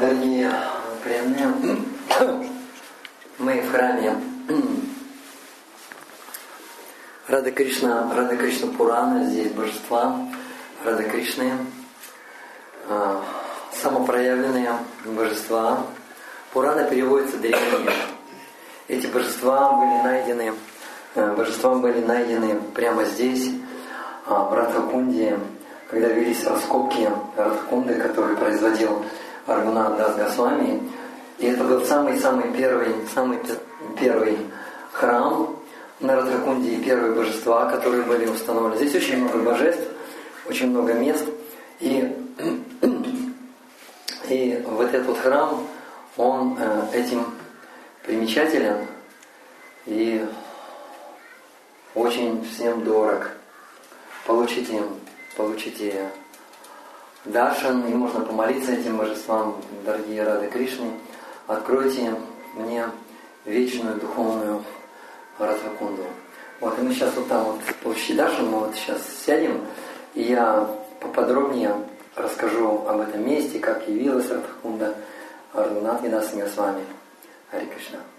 Дорогие преданные, мы в храме Рада Кришна Пурана, здесь божества Рада Кришны, самопроявленные божества. Пурана переводится древние. Эти божества были найдены прямо здесь, в Радхакунде, когда велись раскопки Радхакунды, который производил Рагунат Дас Госвами. И это был самый первый храм на Радхакунде и первые божества, которые были установлены. Здесь очень много божеств, очень много мест. И вот этот храм, он этим примечателен и очень всем дорог. Получите даршан, и можно помолиться этим божествам, дорогие Рады Кришны. Откройте мне вечную духовную Радхакунду. Вот, и мы сейчас вот там вот получите даршан, мы вот сейчас сядем, и я поподробнее расскажу об этом месте, как явилась Радхакунда Рагунат Дас Госвами. Харе Кришна.